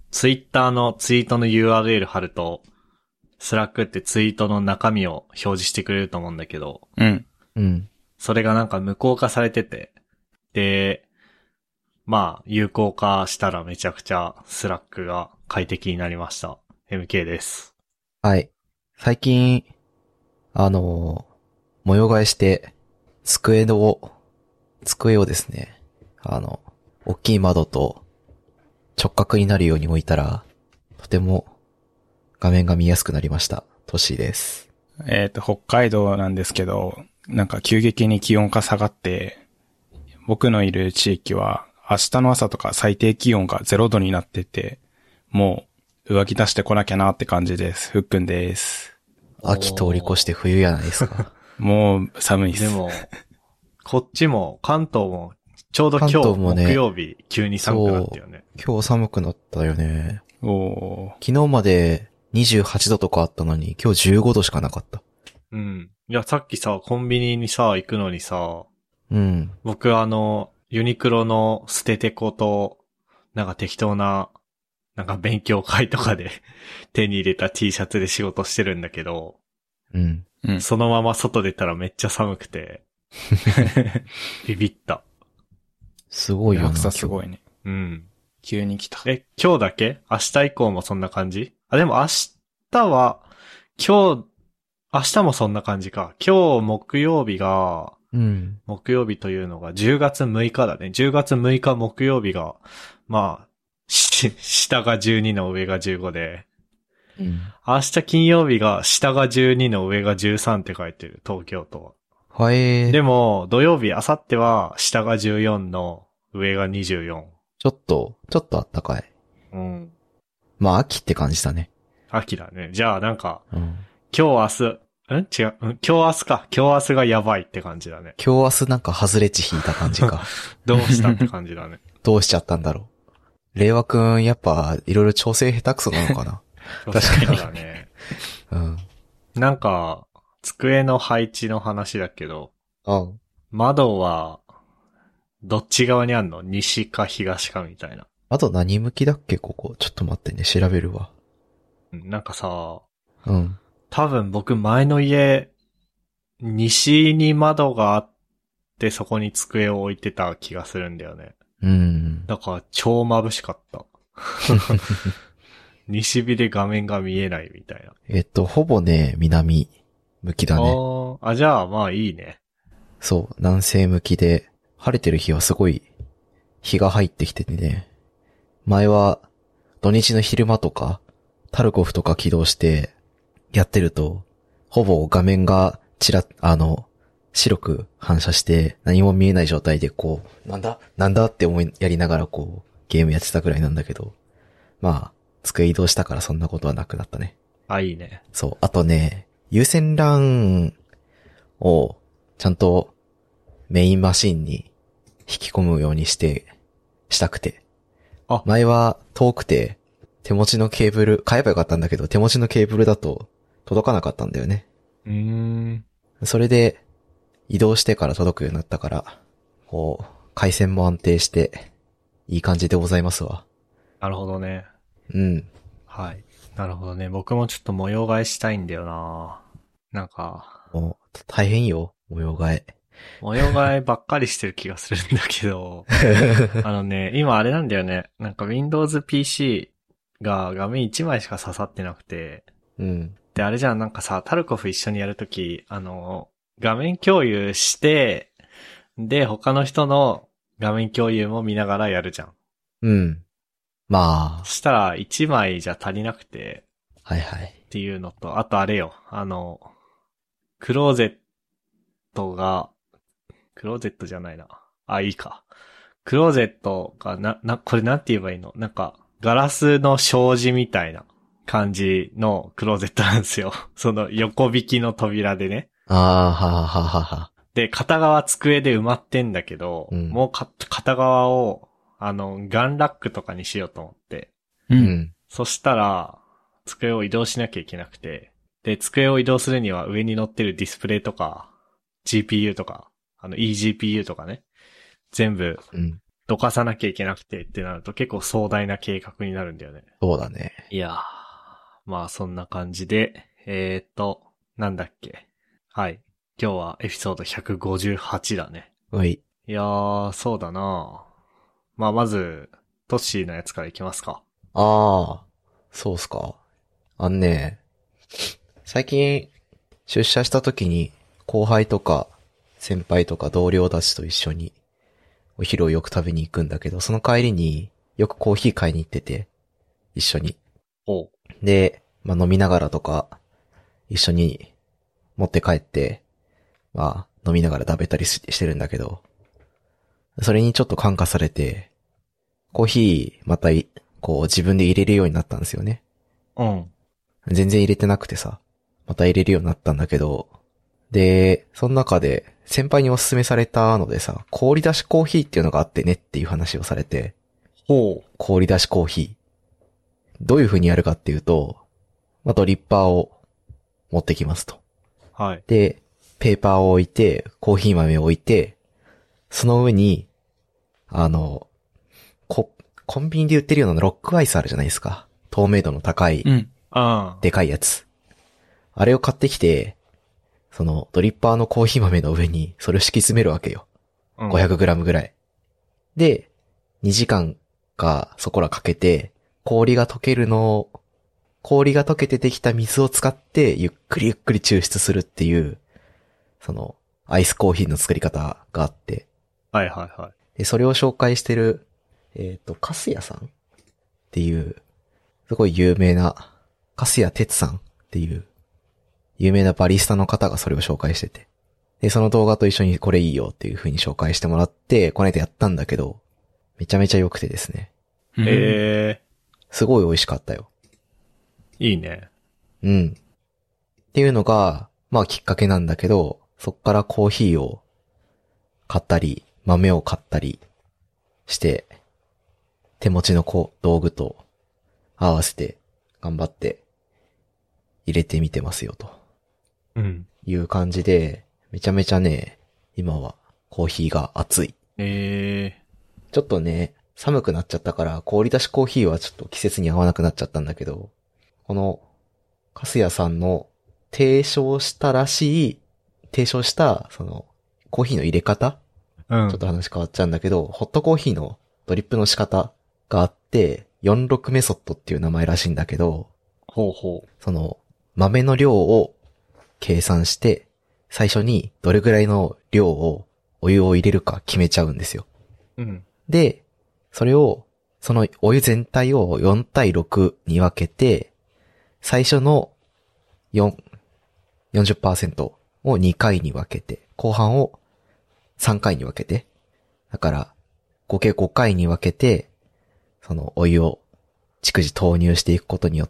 ツイッターのツイートの URL 貼ると、スラックってツイートの中身を表示してくれると思うんだけど、 うん。 うん。 それがなんか無効化されてて、で、まあ、有効化したらめちゃくちゃスラックが快適になりました。MK です。 はい。最近、模様替えして、机をですね、大きい窓と直角になるように置いたら、とても画面が見やすくなりました。トッシーです。 北海道なんですけど、なんか急激に気温が下がって、僕のいる地域は明日の朝とか最低気温が0度になってて、もう上着出してこなきゃなって感じです。ふっくんです。 秋通り越して冬やないですか。 もう寒いっす。 でも、こっちも関東もちょうど今関東日もね木曜日急に寒くなったよね。 今日寒くなったよね。 おー。 昨日まで28度とかあったのに、今日15度しかなかった。 うん。いや、さっきさ、コンビニにさ、行くのにさ、 うん。 僕ユニクロの捨ててこと、なんか適当な、なんか勉強会とかで手に入れた T シャツで仕事してるんだけど、 うん。 うん。 そのまま外出たらめっちゃ寒くて、ビビった。 すごいよな、 落差今日。 すごいね。 うん。 急に来た。 今日だけ？明日以降もそんな感じ？あ、でも明日は、今日、明日もそんな感じか。今日木曜日が、 うん。 木曜日というのが10月6日だね。10月6日木曜日が、まあ、下が12の上が15で、 うん。 明日金曜日が下が12の上が13って書いてる、東京都は。 はえー。 でも、土曜日、明後日は下が14の上が24。 ちょっとあったかい。 うん。 まあ、秋って感じだね。 秋だね。じゃあなんか、 うん。 今日明日、違う、今日明日か。今日明日がやばいって感じだね。 今日明日なんか外れ値引いた感じか。 どうしたって感じだね。 どうしちゃったんだろう。令和くん、やっぱ、いろいろ調整下手くそなのかな。 確かにだね。 うん。 なんか、机の配置の話だけど、 あ窓は、どっち側にあんの？西か東かみたいな。 あと何向きだっけ、ここ。ちょっと待ってね、調べるわ。 なんかさ、 うん。 多分僕前の家、西に窓があってそこに机を置いてた気がするんだよね。 うん。 だから超眩しかった。西日で画面が見えないみたいな。 ほぼね、南向きだね。 じゃあまあいいね。 そう、南西向きで、晴れてる日はすごい、日が入ってきててね。前は、土日の昼間とか、タルコフとか起動して、やってると、ほぼ画面が白く反射して何も見えない状態でこう、なんだってやりながらこう、ゲームやってたくらいなんだけど、まあ、机移動したからそんなことはなくなったね。 いいね。 そう。あとね、有線 LAN をちゃんとメインマシンに引き込むようにしたくて。 あ前は遠くて手持ちのケーブル、買えばよかったんだけど手持ちのケーブルだと届かなかったんだよね。それで移動してから届くようになったから、こう、回線も安定していい感じでございますわ。 なるほどね。 うん。 はい。なるほどね。僕もちょっと模様替えしたいんだよな。なんか、 もう、大変よ、模様替え。 模様替えばっかりしてる気がするんだけど、今あれなんだよね。なんか Windows PC が画面1枚しか刺さってなくて、 うん。 で、あれじゃん、なんかさ、タルコフ一緒にやるとき、画面共有して、で、他の人の画面共有も見ながらやるじゃん。 うん。まそしたら1枚じゃ足りなくて、 あ、はいはい。 っていうのと、あとあれよ、クローゼットが、クローゼットじゃないな。あ、いいか。クローゼットがこれなんて言えばいいの？なんか、ガラスの障子みたいな感じのクローゼットなんですよ。その横引きの扉でね。 ああ、ははははは。 で、片側机で埋まってんだけど、 うんもう片側を、ガンラックとかにしようと思って。 う。 うんん。 そしたら、机を移動しなきゃいけなくて。で、机を移動するには上に乗ってるディスプレイとか、GPU とか、eGPU とかね。全部うん。 どかさなきゃいけなくてってなると結構壮大な計画になるんだよね。 そうだね。 いやー、まあそんな感じで、なんだっけ。はい。今日はエピソード158だね。 はい。 いやー、そうだなまあまず、トッシーのやつからいきますか。 ああ、そうっすか。最近、出社した時に、後輩とか、先輩とか同僚たちと一緒に、お昼をよく食べに行くんだけど、その帰りによくコーヒー買いに行ってて、一緒に。 おう。 で、まあ飲みながらとか、一緒に持って帰って、まあ飲みながら食べたりしてるんだけど、それにちょっと感化されて、コーヒーまたこう自分で入れるようになったんですよね。 うん。 全然入れてなくてさ、また入れるようになったんだけど、で、その中で先輩におすすめされたのでさ、氷出しコーヒーっていうのがあってねっていう話をされて、 ほう。 氷出しコーヒー。どういう風にやるかっていうと、まあ、ドリッパーを持ってきますと。 はい。 で、ペーパーを置いて、コーヒー豆を置いて、その上に、コンビニで売ってるようなロックアイスあるじゃないですか。透明度の高い、 うん。 あでかいやつ。あれを買ってきて、そのドリッパーのコーヒー豆の上にそれを敷き詰めるわけよ。 あ。 500g ぐらい。で、2時間かそこらかけて、氷が溶けてできた水を使ってゆっくりゆっくり抽出するっていう、その、アイスコーヒーの作り方があって、 はいはいはい。 で、それを紹介してる、カスヤさんっていう、すごい有名な、カスヤ哲さんっていう、有名なバリスタの方がそれを紹介してて。で、その動画と一緒にこれいいよっていう風に紹介してもらって、この間やったんだけど、めちゃめちゃ良くてですね。すごい美味しかったよ。 いいね。 うん。っていうのが、まあきっかけなんだけど、そっからコーヒーを買ったり、豆を買ったりして、手持ちの道具と合わせて頑張って入れてみてますよとうん。 いう感じで、めちゃめちゃね、今はコーヒーが熱い。ちょっとね、寒くなっちゃったから氷出しコーヒーはちょっと季節に合わなくなっちゃったんだけど、このカスヤさんの提唱した、その、コーヒーの入れ方、 うん。 ちょっと話変わっちゃうんだけど、ホットコーヒーのドリップの仕方があって、46メソッドっていう名前らしいんだけど、 ほうほその、豆の量を計算して、最初にどれぐらいの量をお湯を入れるか決めちゃうんですよ。 う。うん。 で、そのお湯全体を4対6に分けて、最初の40% を2回に分けて、後半を3回に分けて、だから、合計5回に分けて、そのお湯を逐次投入していくことによって、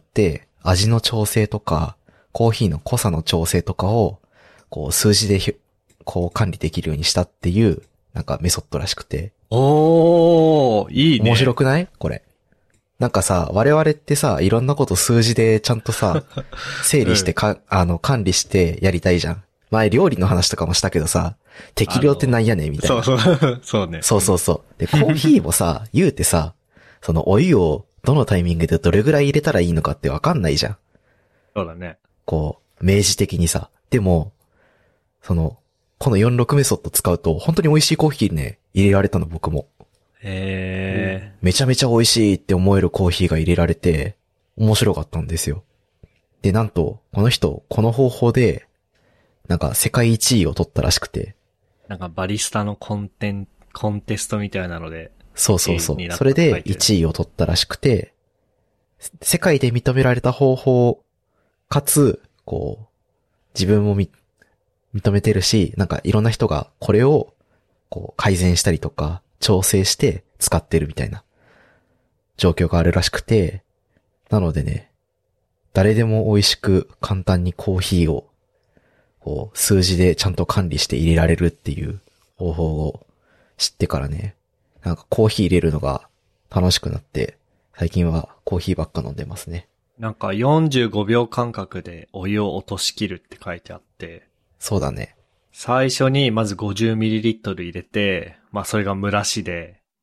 味の調整とか、コーヒーの濃さの調整とかを、こう数字でこう管理できるようにしたっていう、なんかメソッドらしくて。 おー、いいね。 面白くない？これ。なんかさ、我々ってさ、いろんなこと数字でちゃんとさ、整理して管理してやりたいじゃん。前料理の話とかもしたけどさ、適量ってなんやねんみたいな。 そうそう。そうね。 そうそうそう。で、コーヒーもさ、言うてさ、そのお湯をどのタイミングでどれぐらい入れたらいいのかってわかんないじゃん。 そうだね。 こう、明示的にさ。でも、この46メソッド使うと、本当に美味しいコーヒーね、入れられたの僕も。めちゃめちゃ美味しいって思えるコーヒーが入れられて、面白かったんですよ。で、なんと、この人、この方法で、なんか世界一位を取ったらしくて。 なんかバリスタのコンテストみたいなので。 そうそうそう。それで1位を取ったらしくて、世界で認められた方法、かつ、こう、自分も認めてるし、なんかいろんな人がこれを、こう、改善したりとか、調整して使ってるみたいな状況があるらしくて、なのでね、誰でも美味しく簡単にコーヒーをこう数字でちゃんと管理して入れられるっていう方法を知ってからね、なんかコーヒー入れるのが楽しくなって、最近はコーヒーばっか飲んでますね。 なんか45秒間隔でお湯を落としきるって書いてあって、 そうだね。 最初にまず 50ml 入れて、まあそれが蒸らしで、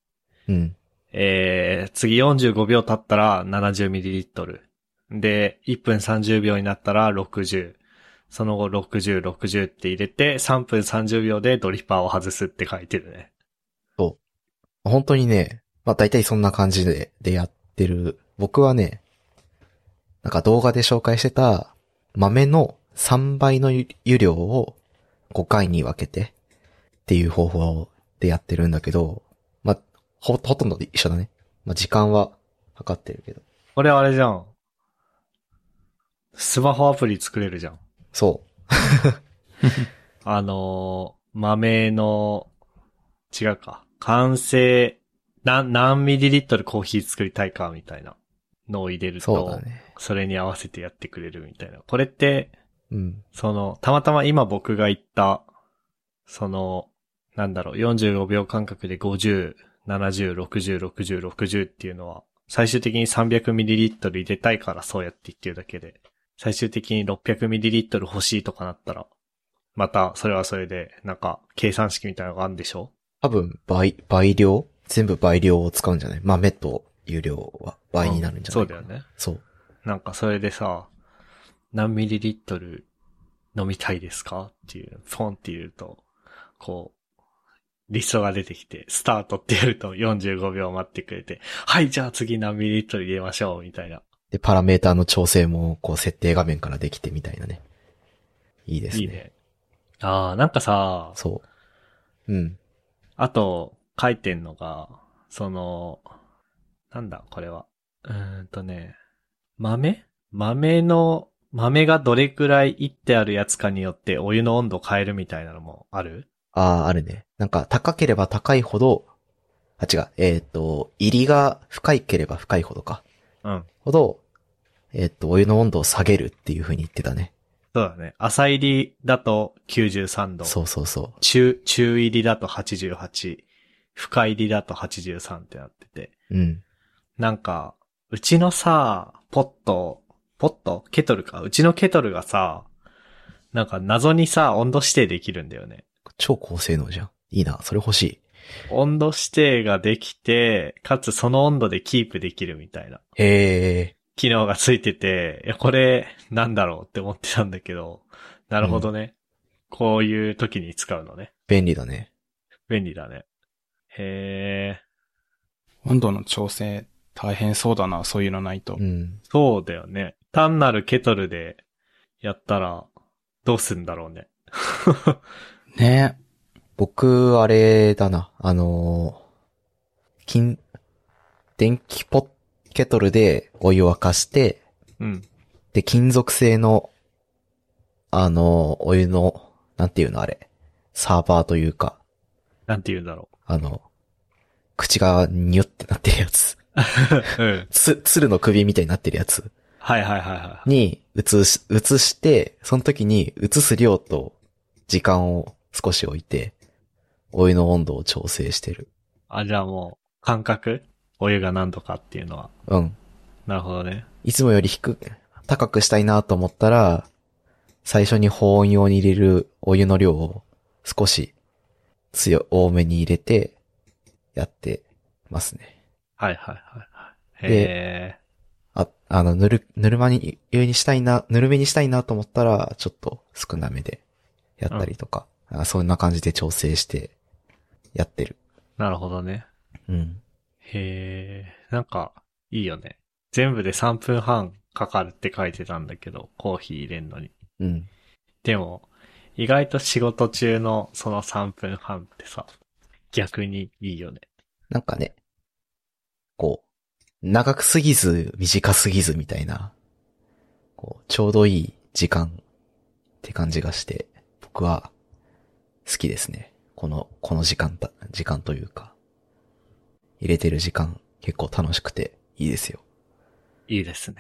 うん。 次45秒経ったら 70ml。で、1分30秒になったら60。その後60、60って入れて、3分30秒でドリッパーを外すって書いてるね。 そう。本当にね、まあ大体そんな感じでやってる。僕はね、なんか動画で紹介してた豆の3倍の湯量を5回に分けてっていう方法でやってるんだけど、まあ、ほとんど一緒だね。まあ時間は測ってるけど。 これあれじゃん。スマホアプリ作れるじゃん。 そ豆の、違うか。完成、何ミリリットルコーヒー作りたいかみたいなのを入れう。 ると、 そうだね。 それに合わせてやってくれるみたいな。これって、 うん。 たまたま今僕が言った、45秒間隔で50、70、60、60、60っていうのは、最終的に 300ml 入れたいからそうやって言ってるだけで、最終的に 600ml 欲しいとかなったら、またそれはそれで、なんか、計算式みたいなのがあるんでしょ？ 多分倍量全部倍量を使うんじゃない？豆と湯量は倍になるんじゃないかな。 そうだよね。 そう。 なんかそれでさ、何ミリリットル飲みたいですかっていう、ポンって言うと、こう、リストが出てきて、スタートってやると45秒待ってくれて、はい、じゃあ次何ミリリットル入れましょう、みたいな。 で、パラメーターの調整も、こう、設定画面からできてみたいなね。いいですね。 いいね。ああ、なんかさ、 そう。うん。 あと、書いてんのが、なんだ、これは。豆がどれくらいいってあるやつかによってお湯の温度変えるみたいなのもある？ ああ、あるね。なんか、高ければ高いほど、違う。入りが深ければ深いほどか。 うん。 ほど、お湯の温度を下げるっていう風に言ってたね。 そうだね。浅入りだと93度。 そうそうそ中入りだと88。深入りだと83ってなってて。 う。うん。 なんか、うちのさ、ケトルか。うちのケトルがさ、なんか謎にさ、温度指定できるんだよね。 超高性能じゃん。いいな。それ欲しい。 温度指定ができて、かつその温度でキープできるみたいなへえ。 機能がついてて、いや、これ、なんだろうって思ってたんだけど、なるほどね。こういう時に使うのね。 便利だね。 便利だね。へー。 温度の調整大変そうだな、そういうのないと。 うん。 そうだよね。単なるケトルでやったら、どうすんだろうね。 ね僕、あれだな。電気ケトルでお湯を沸かして、 うん。 で、金属製の、お湯の、なんていうのあれ。サーバーというか、 なんて言うんだろ口がニュってなってるやつ。 う。うん。 鶴の首みたいになってるやつはいはいはいはい。 に移して、その時に移す量と時間を少し置いて、お湯の温度を調整してる。 あ、じゃあもう、感覚？お湯が何度かっていうのは。 うん。 なるほどね。 いつもより高くしたいなと思ったら、最初に保温用に入れるお湯の量を少し多めに入れてやってますね。 はいはいはいはい。へぬるめにしたいなと思ったら、ちょっと少なめでやったりとか、そんな感じで調整してやってる。 ー。なるほどね。 うん。 へー。なんか、いいよね。全部で3分半かかるって書いてたんだけど、コーヒー入れんのに。 うん。 でも、意外と仕事中のその3分半ってさ、逆にいいよね。 なんかね、こう、長くすぎず短すぎずみたいな、こう、ちょうどいい時間って感じがして、僕は好きですね。この時間というか、入れてる時間結構楽しくていいですよ。 いいですね。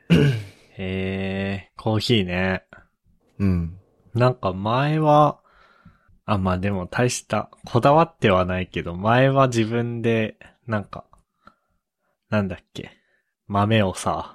へー、コーヒーね。 うん。 なんか前は、まあでも大した、こだわってはないけど、前は自分で、なんか、なんだっけ、豆をさ、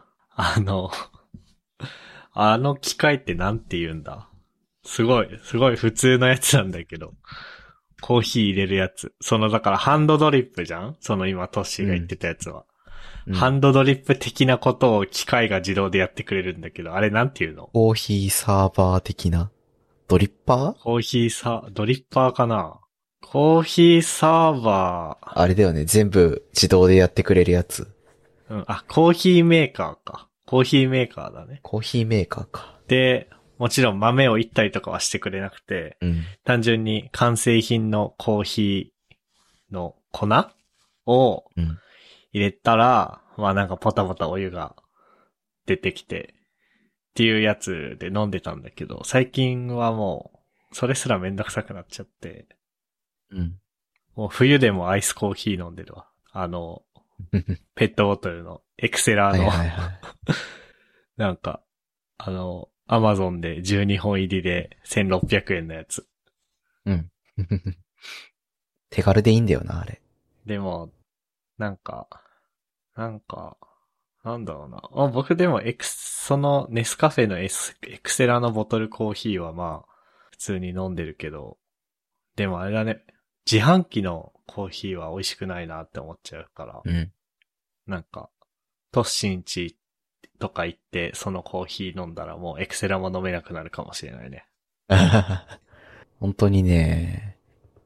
あの機械ってなんて言うんだ？すごい普通のやつなんだけど、 コーヒー入れるやつ。だからハンドドリップじゃん？今トッシーが言ってたやつは。ハンドドリップ的なことを機械が自動でやってくれるんだけど、あれなんていうの？ コーヒーサーバー的な。ドリッパー？ ドリッパーかな？コーヒーサーバー。 あれだよね。全部自動でやってくれるやつ。 コーヒーメーカーか。コーヒーメーカーだね。 コーヒーメーカーか。 で、もちろん豆をいったりとかはしてくれなくて、単純に完成品のコーヒーの粉を入れたら、なんかポタポタお湯が出てきてっていうやつで飲んでたんだけど、最近はもうそれすらめんどくさくなっちゃって、もう冬でもアイスコーヒー飲んでるわ。ペットボトルのエクセラーのなんか、アマゾンで12本入りで1600円のやつ。 手軽でいいんだよな、あれ。 でも、なんだろうな。僕でもそのネスカフェのエクセラのボトルコーヒーは普通に飲んでるけど、でもあれだね、自販機のコーヒーは美味しくないなって思っちゃうから、なんか、トッシンチとか行って、そのコーヒー飲んだらもうエクセラも飲めなくなるかもしれないね。 本当にね、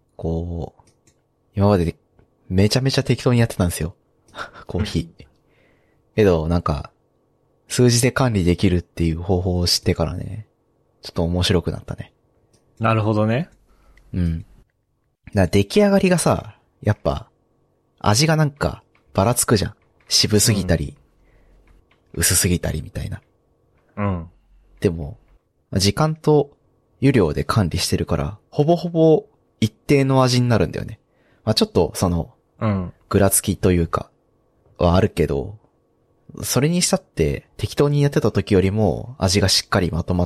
今までめちゃめちゃ適当にやってたんですよ。コーヒー。けど、なんか、数字で管理できるっていう方法を知ってからね、ちょっと面白くなったね。 なるほどね。 だから出来上がりがさ、やっぱ、味がなんか、ばらつくじゃん。渋すぎたり、薄すぎたりみたいな。でも、時間と湯量で管理してるから、ほぼほぼ一定の味になるんだよね。ちょっと、ぐらつきというか、はあるけど、それにしたって適当にやってた時よりも味がしっかりまとまって、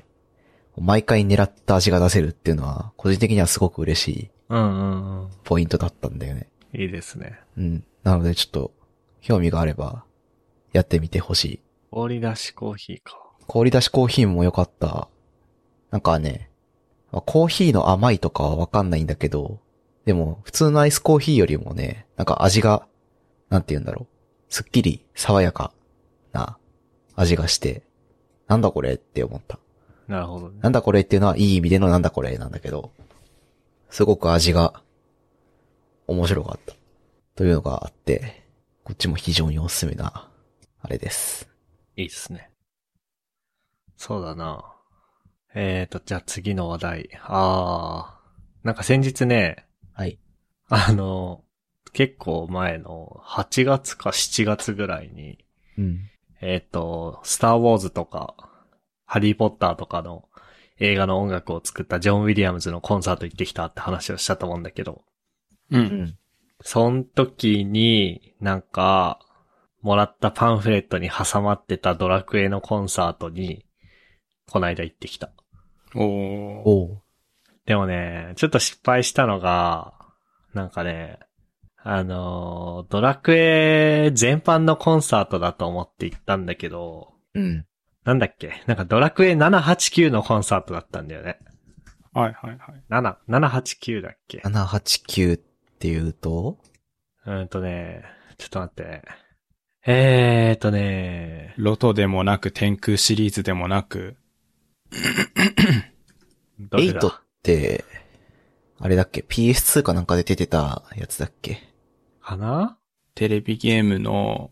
毎回狙った味が出せるっていうのは、個人的にはすごく嬉しい、ポイントだったんだよね。 いいですね。 なのでちょっと、興味があれば、やってみてほしい。 氷出しコーヒーか。 氷出しコーヒーも良かった。なんかね、コーヒーの甘いとかはわかんないんだけど、でも、普通のアイスコーヒーよりもね、なんか味が、なんて言うんだろう。すっきり、爽やかな味がして、なんだこれって思った。 なるほどね。 なんだこれっていうのはいい意味でのなんだこれなんだけど、すごく味が面白かった。というのがあって、こっちも非常におすすめな、あれです。 いいっすね。そうだな。じゃあ次の話題。なんか先日ね、 はい。 結構前の8月か7月ぐらいに、スターウォーズとか、ハリーポッターとかの映画の音楽を作ったジョン・ウィリアムズのコンサート行ってきたって話をしたと思うんだけど、その時になんか、もらったパンフレットに挟まってたドラクエのコンサートに、こないだ行ってきた。でもね、ちょっと失敗したのが、なんかね、ドラクエ全般のコンサートだと思って行ったんだけど、なんだっけ？なんかドラクエ789のコンサートだったんだよね。789だっけ？ 789っていうとちょっと待って。 ロトでもなく天空シリーズでもなく、 8って、あれだっけ ?PS2 かなんかで出てたやつだっけかな？ テレビゲームの、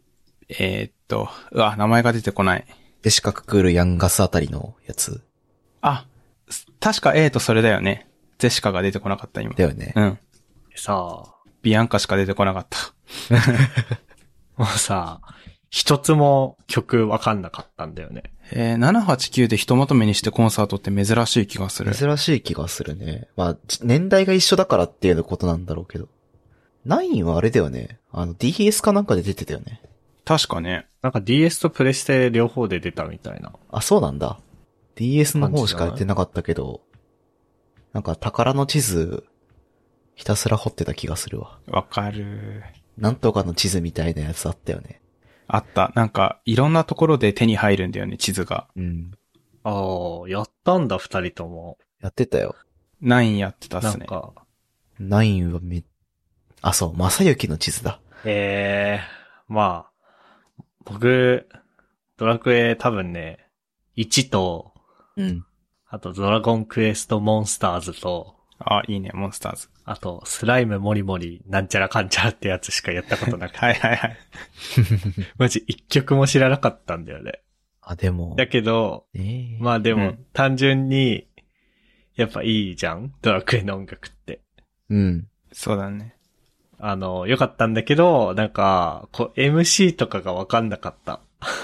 名前が出てこない。 で四角クールヤンガスあたりのやつ。 確か8それだよね。ゼシカが出てこなかった今。 だよね。 さあ。 ビアンカしか出てこなかった。 もうさ、一つも曲わかんなかったんだよね。 789でひとまとめにしてコンサートって珍しい気がする。 珍しい気がするね。年代が一緒だからっていうことなんだろうけど。9はあれだよね。DS かなんかで出てたよね。 確かね。 なんか DS とプレステ両方で出たみたいな。 そうなんだ。DS の方しかやってなかったけど、なんか宝の地図、ひたすら掘ってた気がするわ。 わかる。 なんとかの地図みたいなやつあったよね。 あった。なんか、いろんなところで手に入るんだよね、地図が。 やったんだ、二人とも。 やってたよ。 9やってたっすね。 なんか、 ナインはそう、正幸の地図だ。 まあ、僕、ドラクエ多分ね、1と、 うん。 あとドラゴンクエストモンスターズと、 あ、いいね、モンスターズ。 あと、スライムモリモリなんちゃらかんちゃらってやつしかやったことなくて。 はいはいはい。 マジ一曲も知らなかったんだよね。 あ、でも。 だけど、まあでも、単純に、やっぱいいじゃんドラクエの音楽って。 うん。 そうだね。 良かったんだけど、なんか、MC とかがわかんなかった。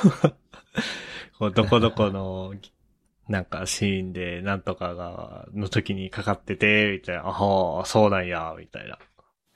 どこどこの、なんかシーンで、なんとかの時にかかってて、みたいな、ああ、そうなんや、みたいな。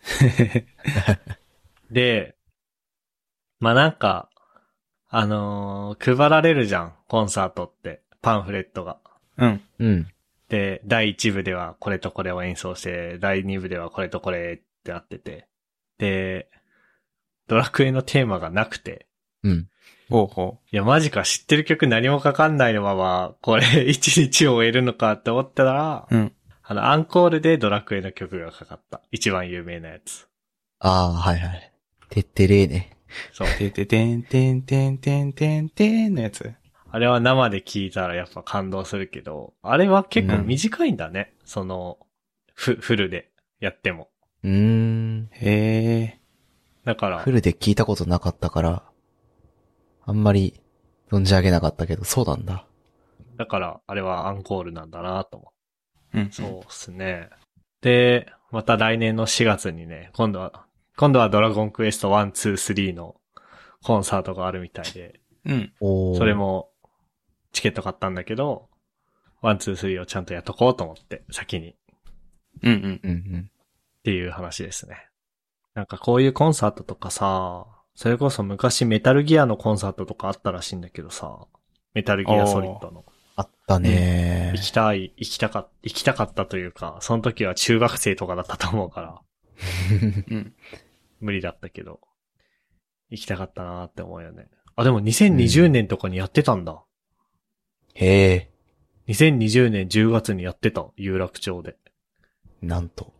で、まあなんか、配られるじゃん、コンサートって、パンフレットが。 うん。 うん。 で、第1部ではこれとこれを演奏して、第2部ではこれとこれってなってて。で、ドラクエのテーマがなくて。 うん。 ほうほいや、マジか、知ってる曲何もかかんないのまま、これ一日を終えるのかって思ったら、 う。うん。 アンコールでドラクエの曲がかかった。一番有名なやつ。 ああ、はいはい。てってれーね。 そう。 てててんてんてんてんてんてんのやつ。 あれは生で聞いたらやっぱ感動するけど、あれは結構短いんだね。フルでやっても。 へえ。 だから。 フルで聞いたことなかったから、あんまり存じ上げなかったけど、そうなんだ。 だから、あれはアンコールなんだなと思って。 うん。 そうっすね。で、また来年の4月にね、今度はドラゴンクエスト1、2、3のコンサートがあるみたいで。 うん。 それも、チケット買ったんだけど、1、2、3をちゃんとやっとこうと思って、先に。 うんうんうんうん。 っていう話ですね。なんかこういうコンサートとかさ、それこそ昔メタルギアのコンサートとかあったらしいんだけどさ、メタルギアソリッドの。 あったねー。 行きたかったというか、その時は中学生とかだったと思うから、 うん、 無理だったけど、行きたかったなーって思うよね。あ、でも2020年とかにやってたんだ。 へえ。 2020年10月にやってた、有楽町で。 なんと。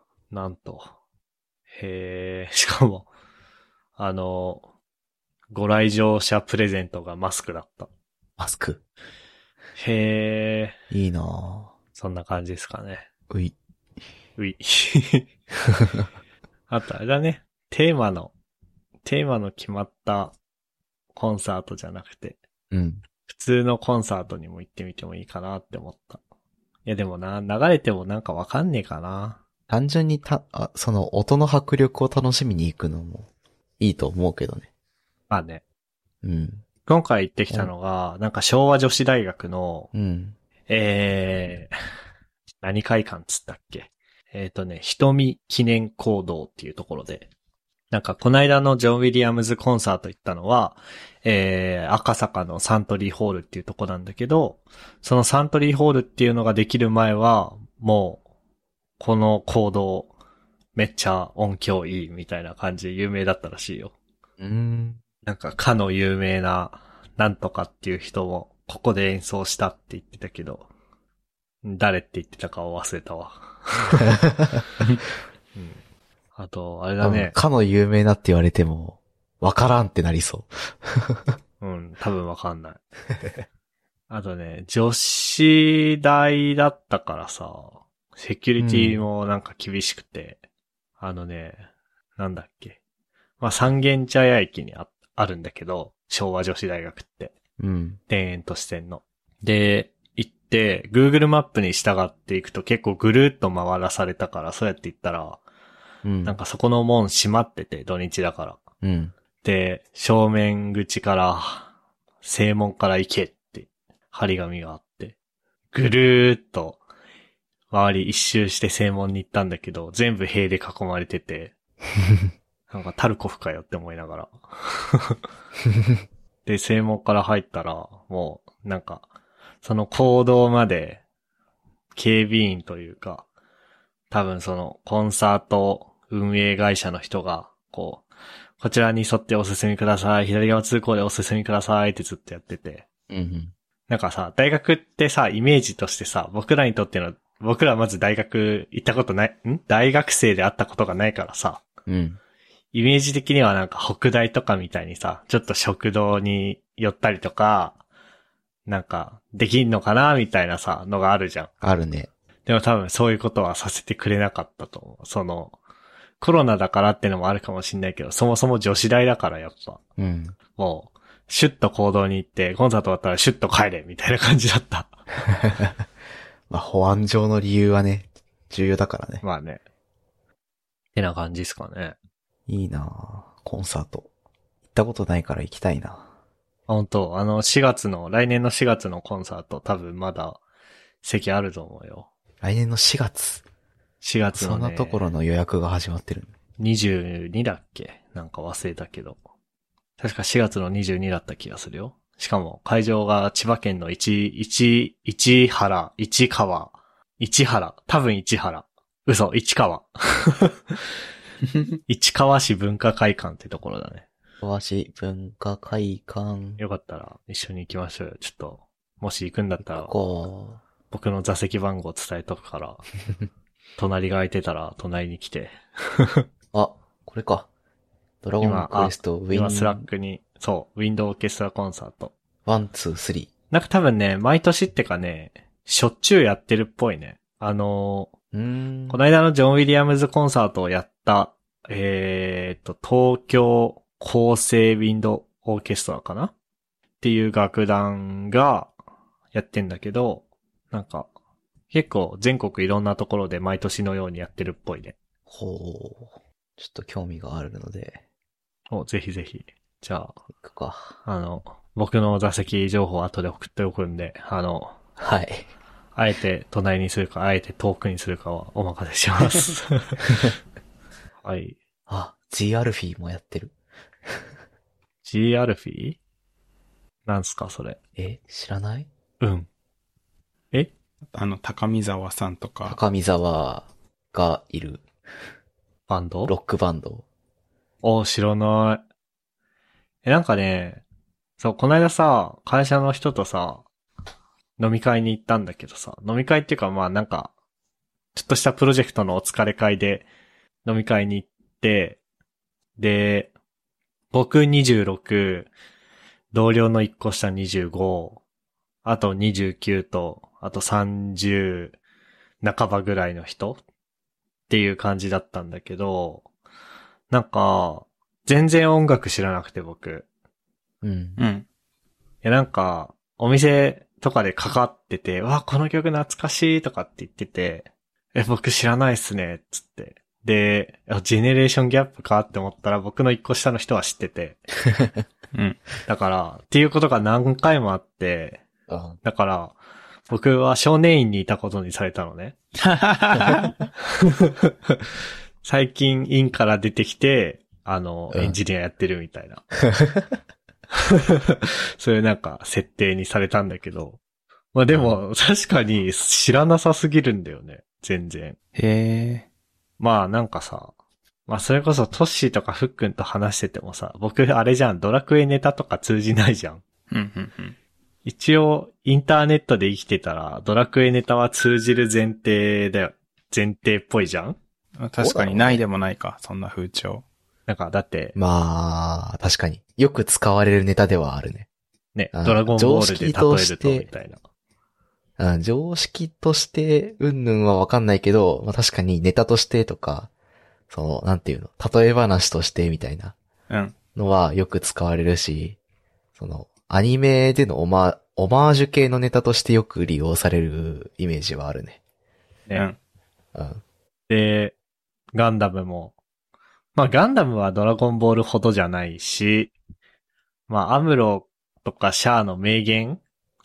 へえ、しかも、ご来場者プレゼントがマスクだった。 マスク。 へえ。 いいなぁ。 そんな感じですかね。 うい。 あとあれだね。テーマの決まったコンサートじゃなくて、 うん。 普通のコンサートにも行ってみてもいいかなって思った。いやでもな、流れてもなんかわかんねえかな。 単純にその音の迫力を楽しみに行くのもいいと思うけどね。 まあね。 うん。 今回行ってきたのが、なんか昭和女子大学の、 うん。 何会館つったっけ？瞳記念講堂っていうところで、なんかこの間のジョン・ウィリアムズコンサート行ったのは、赤坂のサントリーホールっていうとこなんだけど、そのサントリーホールっていうのができる前は、もう、この講堂、めっちゃ音響いいみたいな感じで有名だったらしいよ。なんかかの有名な、なんとかっていう人も、ここで演奏したって言ってたけど、誰って言ってたかを忘れたわ。うん、あと、あれだね。 かの有名なって言われても、わからんってなりそう。 うん、多分わかんない。あとね、女子大だったからさ、セキュリティもなんか厳しくて、なんだっけ。まあ、三軒茶屋駅にあるんだけど、昭和女子大学って。 うん。 田園都市線の。で、行って、Google マップに従っていくと結構ぐるっと回らされたから、そうやって行ったら、 うん。 なんかそこの門閉まってて、土日だから。 うん。 で、正面口から、正門から行けって、張り紙があって、ぐるーっと、周り一周して正門に行ったんだけど、全部塀で囲まれてて、なんかタルコフかよって思いながら。で、正門から入ったら、もう、なんか、その講堂まで、警備員というか、多分その、コンサート運営会社の人が、こちらに沿ってお進みください。左側通行でお進みくださいってずっとやってて。 うん。 なんかさ、大学ってさ、イメージとしてさ、僕らにとっての僕らまず大学行ったことない、大学生で会ったことがないからさ、 うん。 イメージ的にはなんか北大とかみたいにさ、ちょっと食堂に寄ったりとか、なんかできんのかなみたいなさ、のがあるじゃん。 あるね。 でも多分そういうことはさせてくれなかったと思う。その、コロナだからってのもあるかもしんないけど、そもそも女子大だからやっぱ、 うん。 もう、シュッと行動に行って、コンサート終わったらシュッと帰れみたいな感じだった。 まあ、保安上の理由はね、重要だからね。 まあね。ってな感じですかね。 いいなぁコンサート。行ったことないから行きたいな。 本当来年の4月のコンサート多分まだ席あると思うよ。 来年の4月。 4月のね。 そんなところの予約が始まってる。 22だっけなんか忘れたけど。確か4月の22だった気がするよ。しかも会場が千葉県の市原、多分市原。嘘、市川。市川市文化会館ってところだね。 和紙文化会館。 よかったら一緒に行きましょうよ。ちょっと、もし行くんだったら、 こ僕の座席番号伝えとくから、隣が空いてたら隣に来て。 あ、これか。ドラゴンクエストウィン。 今スラックに、そう、ウィンドウオーケストラコンサート。 1、2、3。 なんか多分ね、毎年ってかね、しょっちゅうやってるっぽいね。この間のジョン・ウィリアムズコンサートをやった、東京厚生ウィンドウオーケストラかなっていう楽団がやってんだけど、なんか、結構全国いろんなところで毎年のようにやってるっぽいね。 ほう。ちょっと興味があるので。 ぜひぜひ。じゃあ、 行くか。 僕の座席情報後で送っておくんで、 はい。 あえて隣にするか、あえて遠くにするかはお任せします。はい。 あ、G アルフィーもやってる。 G アルフィーなんすか、それ。 知らない？ うん。 高見沢さんとか。 高見沢がいる。 バンド？ ロックバンド。 知らない。なんかね、そう、この間さ、会社の人とさ、飲み会に行ったんだけどさ、飲み会っていうかまあなんか、ちょっとしたプロジェクトのお疲れ会で飲み会に行って、で、僕26、同僚の1個下25、あと29と、あと30半ばぐらいの人っていう感じだったんだけど、なんか、全然音楽知らなくて僕。 うん。 なんか、お店とかでかかってて、わ、この曲懐かしいとかって言ってて、僕知らないっすね、つって。で、ジェネレーションギャップかって思ったら僕の一個下の人は知ってて。 うん。 だから、っていうことが何回もあって、だから、僕は少年院にいたことにされたのね。最近院から出てきて、エンジニアやってるみたいな。そういうなんか設定にされたんだけど。まあでも、確かに知らなさすぎるんだよね。全然。 へー。 まあなんかさ、まあそれこそトッシーとかフックンと話しててもさ、僕あれじゃん、ドラクエネタとか通じないじゃん。一応、インターネットで生きてたら、ドラクエネタは通じる前提だよ。前提っぽいじゃん？ 確かにないでもないか、そんな風潮。 なんか、だって。 まあ、確かに。よく使われるネタではあるね。 ね、ドラゴンボールで例えるとみたいな。 常識として、うんぬんはわかんないけど、まあ確かにネタとしてとか、なんていうの、例え話としてみたいな。のはよく使われるし、アニメでのオマージュ系のネタとしてよく利用されるイメージはあるね。 ね。で、ガンダムも。まあガンダムはドラゴンボールほどじゃないし、まあアムロとかシャアの名言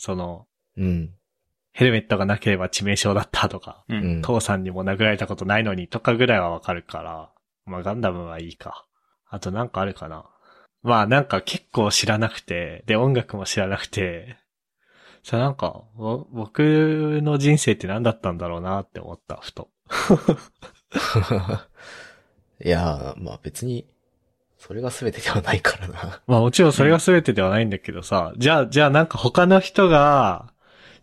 ヘルメットがなければ致命傷だったとか、父さんにも殴られたことないのにとかぐらいはわかるから、まあガンダムはいいか。あとなんかあるかな。まあなんか結構知らなくて、で音楽も知らなくて、なんか、僕の人生って何だったんだろうなって思った、ふと。 いや、まあ別に、それが全てではないからな。 まあもちろんそれが全てではないんだけどさ、じゃあなんか他の人が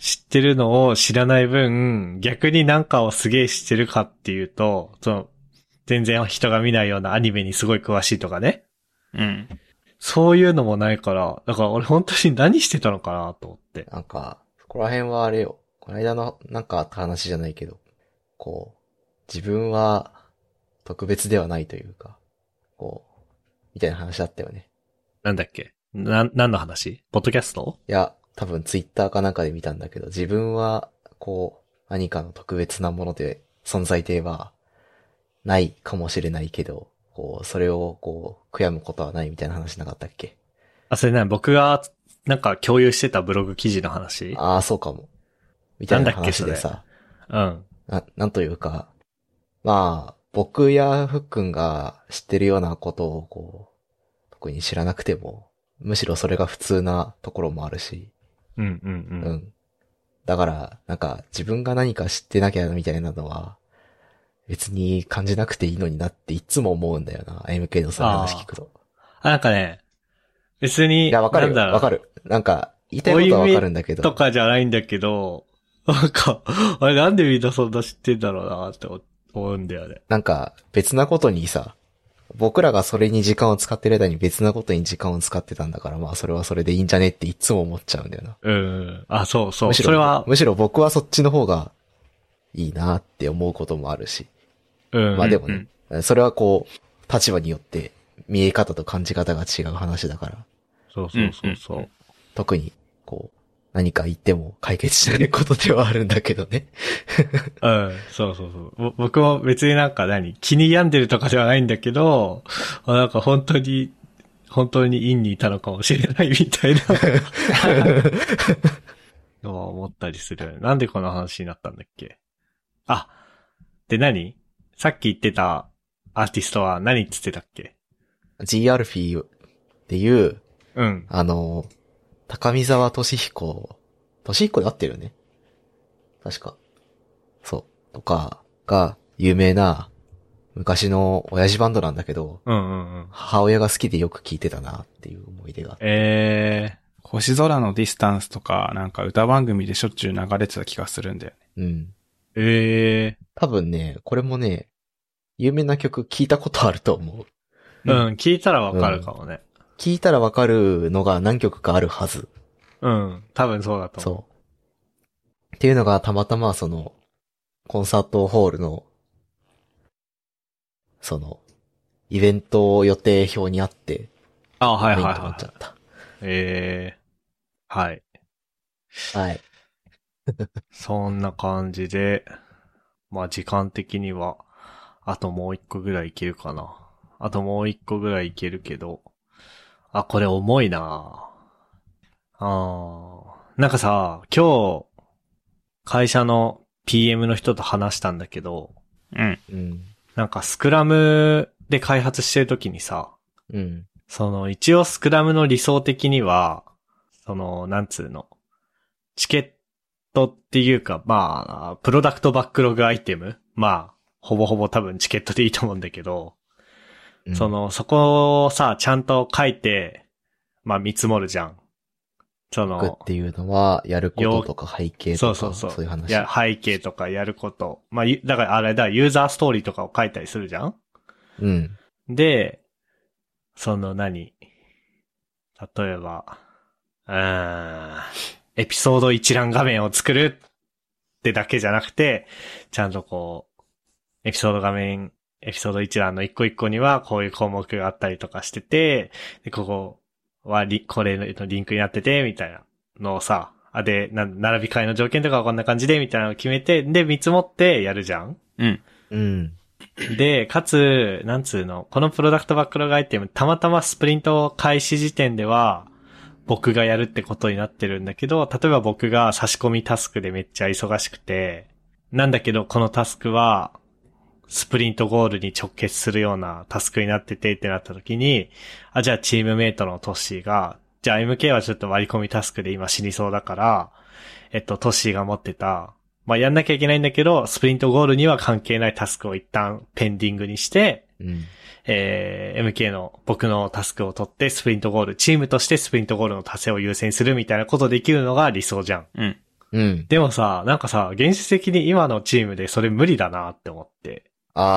知ってるのを知らない分、逆になんかをすげえ知ってるかっていうと、全然人が見ないようなアニメにすごい詳しいとかね。 うん。 そういうのもないから、だから俺本当に何してたのかなと思って。 なんか、そこら辺はあれよ。この間のなんかあった話じゃないけど、こう、自分は特別ではないというか、こう、みたいな話だったよね。 なんだっけ何の話ポッドキャスト？ いや、多分ツイッターかなんかで見たんだけど、自分は、こう、何かの特別なもので、存在ではないかもしれないけど、こう、それをこう、悔やむことはないみたいな話なかったっけ？ あ、それね、僕がなんか共有してたブログ記事の話？ ああ、そうかも。みたいな話でさ、 うん。 なんというか、まあ、僕やふっくんが知ってるようなことをこう、特に知らなくても、むしろそれが普通なところもあるし、 うんうんうん。 うん。だから、なんか自分が何か知ってなきゃみたいなのは、別に感じなくていいのになっていつも思うんだよな。MK のそういう話聞くと。 なんかね、別に、 いや、わかるよ。 なんだろうわかる。なんか、言いたいことはわかるんだけど。 とかじゃないんだけど、なんか、あれなんでみんなそんな知ってんだろうなって思うんだよね。 なんか、別なことにさ、僕らがそれに時間を使ってる間に別なことに時間を使ってたんだから、まあそれはそれでいいんじゃねっていつも思っちゃうんだよな。 うん。あ、そうそう。 むしろ、 それは、 むしろ僕はそっちの方がいいなって思うこともあるし。 うん。 まあでもね、それはこう、立場によって見え方と感じ方が違う話だから。 そうそうそうそう。 特に、こう、何か言っても解決しないことではあるんだけどね。 うん、そうそうそう。僕も別になんか気に病んでるとかではないんだけど、なんか本当に陰にいたのかもしれないみたいなのは思ったりする。なんでこの話になったんだっけ？あ、でさっき言ってたアーティストは何って言ってたっけ？ G アルフィーっていう、 うん。 高見沢俊彦で合ってるよね。確か。そう。とかが有名な昔の親父バンドなんだけど、 うんうんうん。 母親が好きでよく聴いてたなっていう思い出が。 星空のディスタンスとか、なんか歌番組でしょっちゅう流れてた気がするんだよね。 うん。多分ね、これもね、有名な曲聞いたことあると思う。 うん、聞いたらわかるかもね。 聞いたらわかるのが何曲かあるはず。 うん、多分そうだと思う。 そう。っていうのがたまたまコンサートホールの、イベント予定表にあって、 あ、はいはいメインと思っちゃはった。 い。はい。 はい。 そんな感じで、まあ時間的には、あともう一個ぐらいいけるかな。あともう一個ぐらいいけるけど、あ、これ重いななんかさ、今日、会社の PM の人と話したんだけど、 うん。 なんかスクラムで開発してるときにさ、 うん。 一応スクラムの理想的には、なんつうの、チケットっていうか、まあ、プロダクトバックログアイテム、まあ、ほぼほぼ多分チケットでいいと思うんだけど、 うん、 そこをさ、ちゃんと書いて、まあ見積もるじゃん。 っていうのは、やることとか背景とか、そういう話。 いや、背景とかやること。まあ、だからあれだ、ユーザーストーリーとかを書いたりするじゃん？ うん。 で、例えば、エピソード一覧画面を作るってだけじゃなくて、ちゃんとこう、エピソード一覧の一個一個にはこういう項目があったりとかしてて、で、ここはこれのリンクになってて、みたいなのをさ、で、並び替えの条件とかはこんな感じで、みたいなのを決めて、で、見積もってやるじゃん？ うん。 うん。 で、かつ、なんつうの、このプロダクトバックログアイテム、たまたまスプリント開始時点では、僕がやるってことになってるんだけど、例えば僕が差し込みタスクでめっちゃ忙しくて、なんだけどこのタスクは、スプリントゴールに直結するようなタスクになっててってなった時に、じゃあチームメイトのトッシーが、じゃあ MK はちょっと割り込みタスクで今死にそうだから、トッシーが持ってた、まあ、やんなきゃいけないんだけど、スプリントゴールには関係ないタスクを一旦ペンディングにして、MK の僕のタスクを取ってスプリントゴール、チームとしてスプリントゴールの達成を優先するみたいなことできるのが理想じゃん。 うん。 うん。 でもさ、なんかさ、現実的に今のチームでそれ無理だなって思って。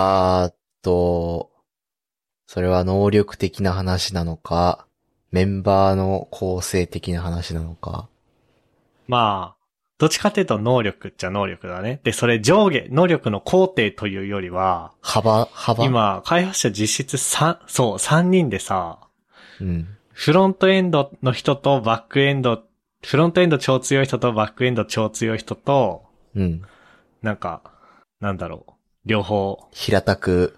それは能力的な話なのか、メンバーの構成的な話なのか。 まあ、どっちかっていうと能力っちゃ能力だね。で、それ上下、能力の工程というよりは、 幅今、開発者実質3人でさ、 うん。 フロントエンドの人とバックエンド、フロントエンド超強い人とバックエンド超強い人と、 うん。 なんか、なんだろう、両方平たく、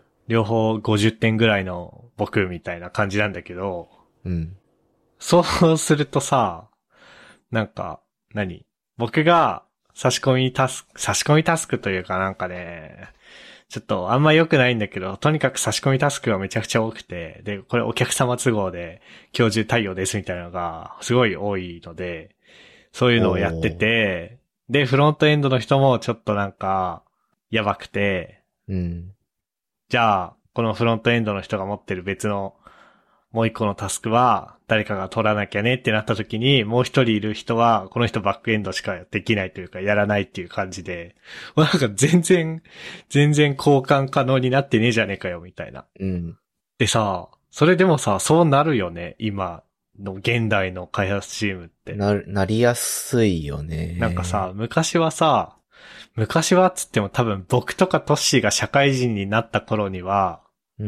50点ぐらいの僕みたいな感じなんだけど、 うん。 そうするとさ、なんか、僕が差し込みタスクというかなんかね、ちょっとあんま良くないんだけど、とにかく差し込みタスクがめちゃくちゃ多くて、で、これお客様都合で今日中対応ですみたいなのがすごい多いので、そういうのをやってて、で、フロントエンドの人もちょっとなんか、やばくて、 うん。 じゃあ、このフロントエンドの人が持ってる別のもう一個のタスクは誰かが取らなきゃねってなった時に、もう一人いる人はこの人バックエンドしかできないというかやらないっていう感じで、なんか全然交換可能になってねえじゃねえかよみたいな。 うん。 でさ、それでもさ、そうなるよね、今の現代の開発チームって。 なりやすいよね。 なんかさ、昔はっつっても多分僕とかトッシーが社会人になった頃には、 うん。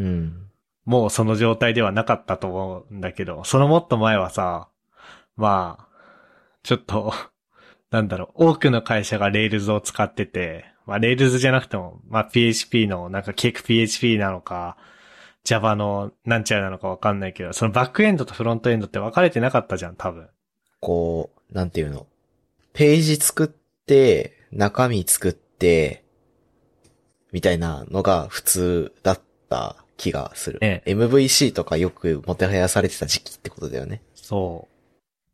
もうその状態ではなかったと思うんだけど、そのもっと前はさ、まあ、ちょっと、多くの会社が Rails を使ってて、まあ Rails じゃなくても、まあ PHP のなんかケーク PHP なのか、Java のなんちゃらなのかわかんないけど、そのバックエンドとフロントエンドって分かれてなかったじゃん、多分。 こう、なんていうの。ページ作って、中身作って、みたいなのが普通だった気がする。 ね。 MVC とかよくもてはやされてた時期ってことだよね。 そう。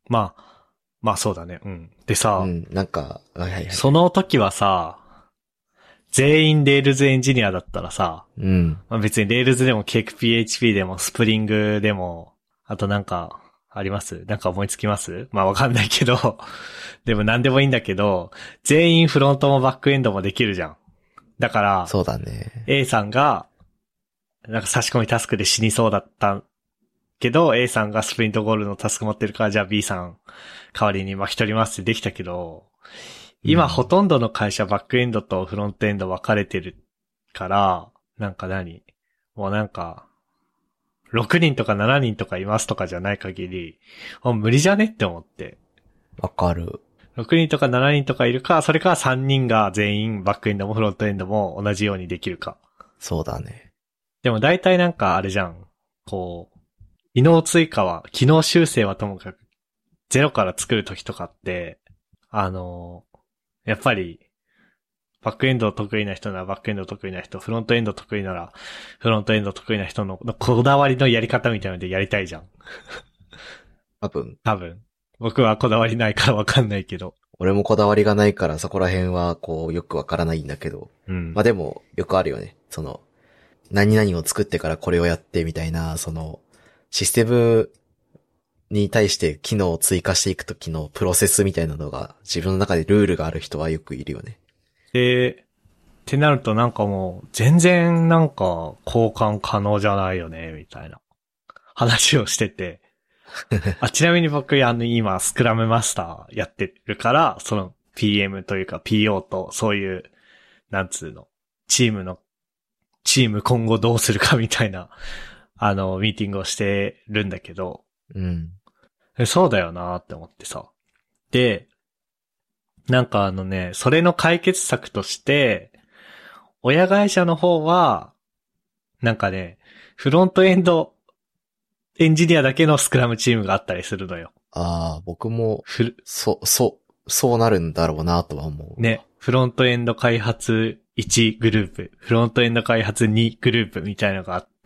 まあそうだね。うん。でさ、 うん、なんか、はいはいはい。 その時はさ、全員 Rails エンジニアだったらさ、 うん。 まあ、別に Rails でも Cake PHP でも Spring でも、あとなんか、ありますなんか思いつきますまあわかんないけど、でも何でもいいんだけど、全員フロントもバックエンドもできるじゃん。だから、 そうだね。 A さんが、なんか差し込みタスクで死にそうだったけど、A さんがスプリントゴールのタスク持ってるから、じゃあ B さん代わりに巻き取りますってできたけど、今ほとんどの会社バックエンドとフロントエンド分かれてるから、なんかもうなんか、6人とか7人とかいますとかじゃない限り、無理じゃねって思って。 わかる。 6人とか7人とかいるか、それか3人が全員バックエンドもフロントエンドも同じようにできるか。 そうだね。 でも大体なんかあれじゃん。こう、機能追加は、機能修正はともかく、ゼロから作るときとかって、やっぱり、バックエンド得意な人ならバックエンド得意な人、フロントエンド得意なら、フロントエンド得意な人のこだわりのやり方みたいなのでやりたいじゃん。多分。僕はこだわりないからわかんないけど。 俺もこだわりがないからそこら辺はこうよくわからないんだけど。 うん。 まあでもよくあるよね。何々を作ってからこれをやってみたいな、システムに対して機能を追加していくときのプロセスみたいなのが自分の中でルールがある人はよくいるよね。 ってなるとなんかもう、全然なんか交換可能じゃないよね、みたいな話をしてて。ちなみに僕、今、スクラムマスターやってるから、その PM というか PO と、そういう、なんつうの、チーム今後どうするかみたいな、ミーティングをしてるんだけど、 うん。 そうだよなって思ってさ。で、なんかそれの解決策として、親会社の方は、なんかね、フロントエンドエンジニアだけのスクラムチームがあったりするのよ。 僕も、そうなるんだろうなとは思う。 ね、フロントエンド開発1グループ、フロントエンド開発2グループみたいなのがあって、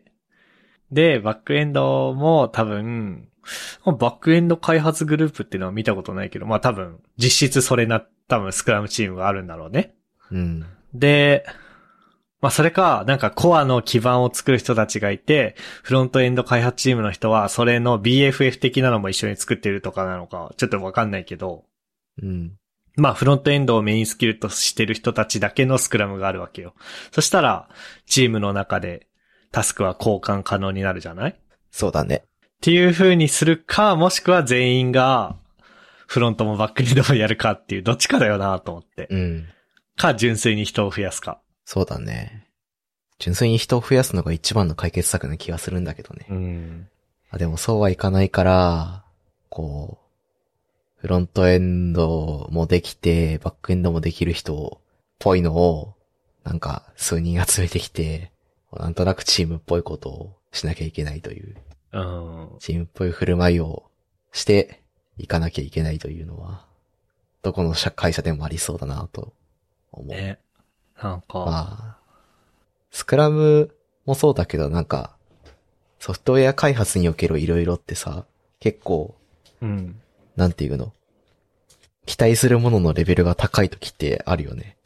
で、バックエンドも多分、バックエンド開発グループっていうのは見たことないけど、まあ多分、実質多分スクラムチームがあるんだろうね。 うん。 で、まあそれか、なんかコアの基盤を作る人たちがいて、フロントエンド開発チームの人は、それの BFF 的なのも一緒に作ってるとかなのか、ちょっとわかんないけど、 うん。 まあフロントエンドをメインスキルとしてる人たちだけのスクラムがあるわけよ。そしたら、チームの中でタスクは交換可能になるじゃない？っそうだね。 ていう風にするか、もしくは全員がフロントもバックエンドもやるかっていうどっちかだよなと思って。 うん。 か、純粋に人を増やすか。 そうだね。純粋に人を増やすのが一番の解決策な気がするんだけどね。 うん。 でもそうはいかないから、フロントエンドもできて、バックエンドもできる人っぽいのを、なんか数人集めてきて、なんとなくチームっぽいことをしなきゃいけないという、 うん。 チームっぽい振る舞いをしていかなきゃいけないというのは、どこの会社でもありそうだなと思う。 ね。なんか。 まあ、スクラムもそうだけどなんか、ソフトウェア開発におけるいろいろってさ、結構、 うん。 なんていうの？期待するもののレベルが高い時ってあるよね。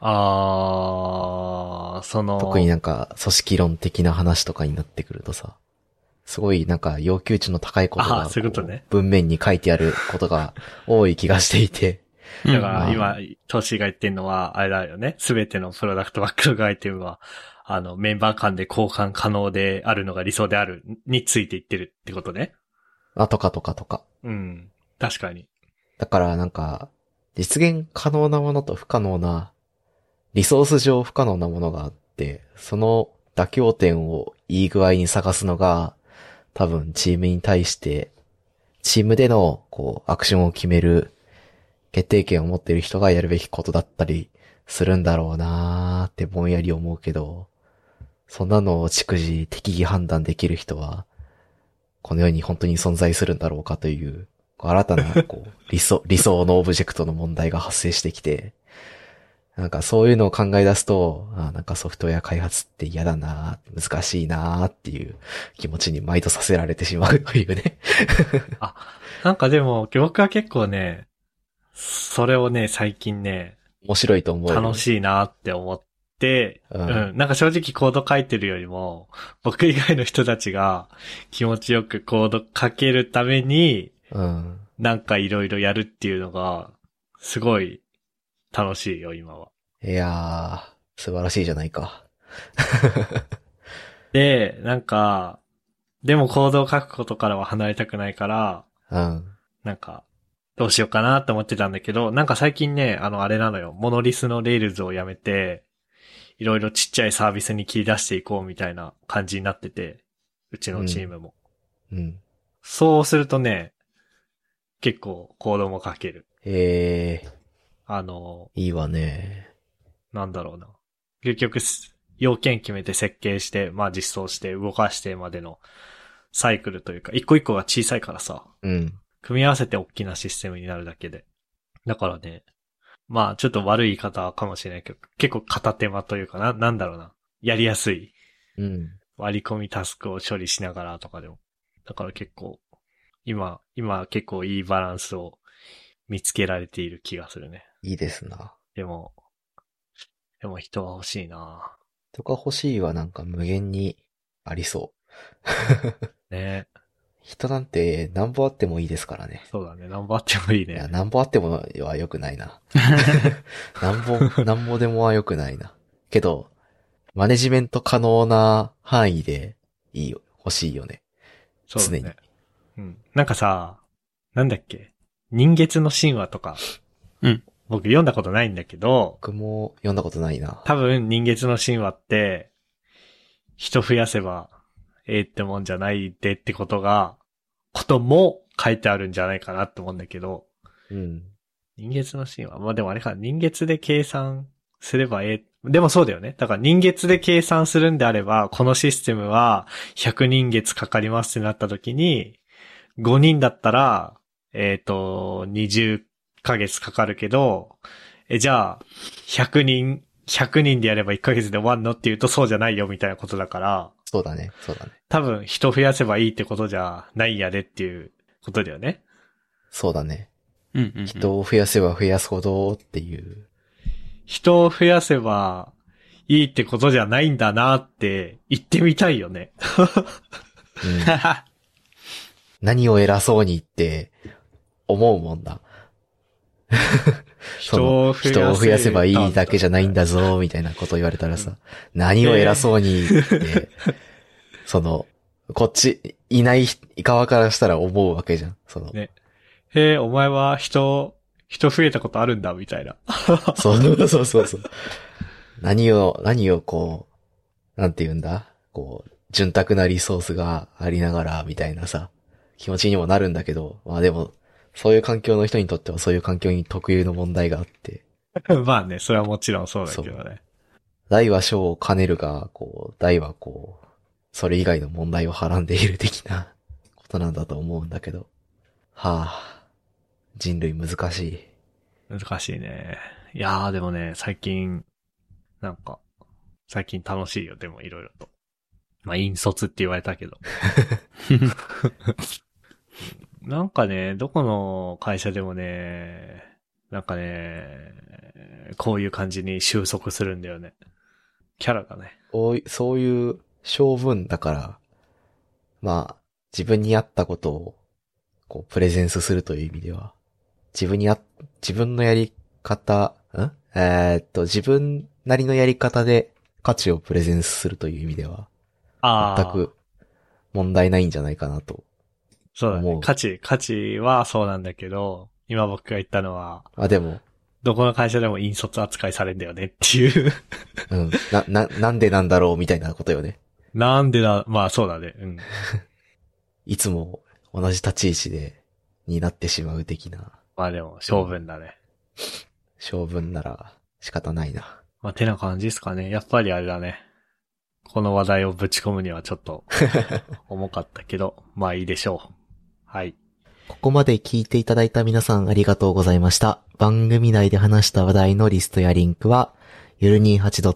特になんか組織論的な話とかになってくるとさ、すごいなんか要求値の高いことがそういうことね。 文面に書いてあることが多い気がしていて。 だから今、トシが言ってんのは、あれだよね。すべてのプロダクトバックログアイテムは、メンバー間で交換可能であるのが理想であるについていってるってことね。 とか。 うん。確かに。 だからなんか、実現可能なものと不可能な、リソース上不可能なものがあって、その妥協点をいい具合に探すのが、多分チームに対して、チームでの、アクションを決める、決定権を持っている人がやるべきことだったりするんだろうなーってぼんやり思うけど、そんなのを逐次適宜判断できる人は、この世に本当に存在するんだろうかという、新たな、理想のオブジェクトの問題が発生してきて、なんかそういうのを考え出すと、なんかソフトウェア開発って嫌だなー、難しいなーっていう気持ちに毎度させられてしまうというね。 なんかでも、僕は結構ね、それをね、最近ね、 面白いと思う。 楽しいなって思って、なんか正直コード書いてるよりも、僕以外の人たちが気持ちよくコード書けるために、なんかいろいろやるっていうのが、すごい楽しいよ、今は。 いやー、素晴らしいじゃないか。 で、なんか、でもコードを書くことからは離れたくないから、なんか、どうしようかなって思ってたんだけど、なんか最近ね、あれなのよ。モノリスのレールズをやめて、いろいろちっちゃいサービスに切り出していこうみたいな感じになってて、うちのチームも。そうするとね、結構コードも書ける。 いいわね。 なんだろうな。結局、要件決めて設計して、まあ実装して動かしてまでのサイクルというか、一個一個が小さいからさ。組み合わせて大きなシステムになるだけで。だからね、まあちょっと悪い言い方かもしれないけど、結構片手間というかなんだろうな。やりやすい。割り込みタスクを処理しながらとかでも。だから結構、今結構いいバランスを見つけられている気がするね。 いいですな。 でも人は欲しいな。 人が欲しいはなんか無限にありそう。ね。人なんて何ぼあってもいいですからね。 そうだね。何ぼあってもいいね。 いや、何ぼあってもは良くないな。何ぼでもは良くないな。けど、マネジメント可能な範囲でいいよ、欲しいよね。 そうだね。常に。なんかさ、なんだっけ、人月の神話とか。僕読んだことないんだけど。 僕も読んだことないな。 多分人月の神話って、人増やせばってもんじゃないでってことも書いてあるんじゃないかなって思うんだけど。人月の神話。まあでもあれか、人月で計算すればでもそうだよね。だから人月で計算するんであれば、このシステムは100人月かかりますってなった時に、5人だったら、20ヶ月かかるけど、じゃあ、100人でやれば1ヶ月で終わんのって言うとそうじゃないよみたいなことだから。 そうだね。 多分人増やせばいいってことじゃないやでっていうことだよね。 そうだね。人を増やせば増やすほどっていう。 人を増やせばいいってことじゃないんだなって言ってみたいよね。 何を偉そうにって思うもんだ。 人を増やせばいいだけじゃないんだぞ、みたいなこと言われたらさ、何を偉そうにって、こっち、いない側からしたら思うわけじゃん。 ね。へえ、お前は人増えたことあるんだ、みたいな。 そう。何をこう、なんて言うんだこう、潤沢なリソースがありながら、みたいなさ、気持ちにもなるんだけど、まあでも、そういう環境の人にとってはそういう環境に特有の問題があって。 まあね、それはもちろんそうだけどね。 大は小を兼ねるが、大はそれ以外の問題をはらんでいる的なことなんだと思うんだけど。人類難しい。 難しいね。いやーでもね、最近楽しいよ、でもいろいろと。まあ、引率って言われたけど。なんかね、どこの会社でもね、こういう感じに収束するんだよね。キャラがね。 そういう性分だから、まあ、自分に合ったことを、プレゼンスするという意味では、自分のやり方、自分なりのやり方で価値をプレゼンスするという意味では、全く問題ないんじゃないかなと。 そうだね。価値はそうなんだけど、今僕が言ったのは、 でも、 どこの会社でも引率扱いされるんだよねっていう。 うん。なんでなんだろうみたいなことよね。 まあそうだね。うん。 いつも同じ立ち位置になってしまう的な。 まあでも、性分だね。 性分なら仕方ないな。 まあてな感じですかね。やっぱりあれだね。この話題をぶち込むにはちょっと重かったけど、まあいいでしょう。はい。 ここまで聞いていただいた皆さんありがとうございました。番組内で話した話題のリストやリンクは、ゆる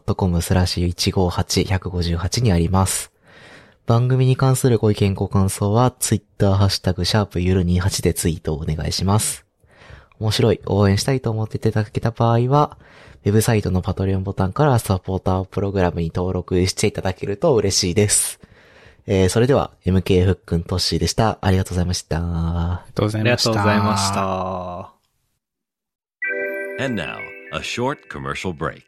28.com/158158 にあります。番組に関するご意見ご感想は、Twitter ハッシュタグ#ゆる28でツイートをお願いします。面白い、応援したいと思っていただけた場合は、ウェブサイトのパトレオンボタンからサポータープログラムに登録していただけると嬉しいです。それでは、MK ふっくんトッシーでした。ありがとうございました。 ありがとうございました。 ありがとうございました。 And now, a short commercial break.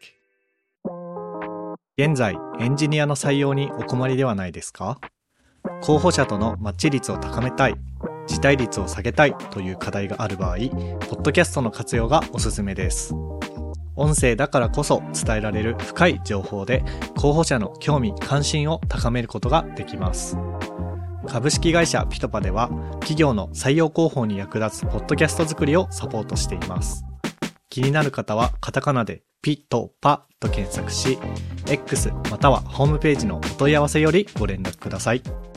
現在、エンジニアの採用にお困りではないですか？候補者とのマッチ率を高めたい、辞退率を下げたいという課題がある場合、ポッドキャストの活用がおすすめです。音声だからこそ伝えられる深い情報で候補者の興味関心を高めることができます。株式会社ピトパでは企業の採用広報に役立つポッドキャスト作りをサポートしています。気になる方はカタカナでピトパと検索し、X またはホームページのお問い合わせよりご連絡ください。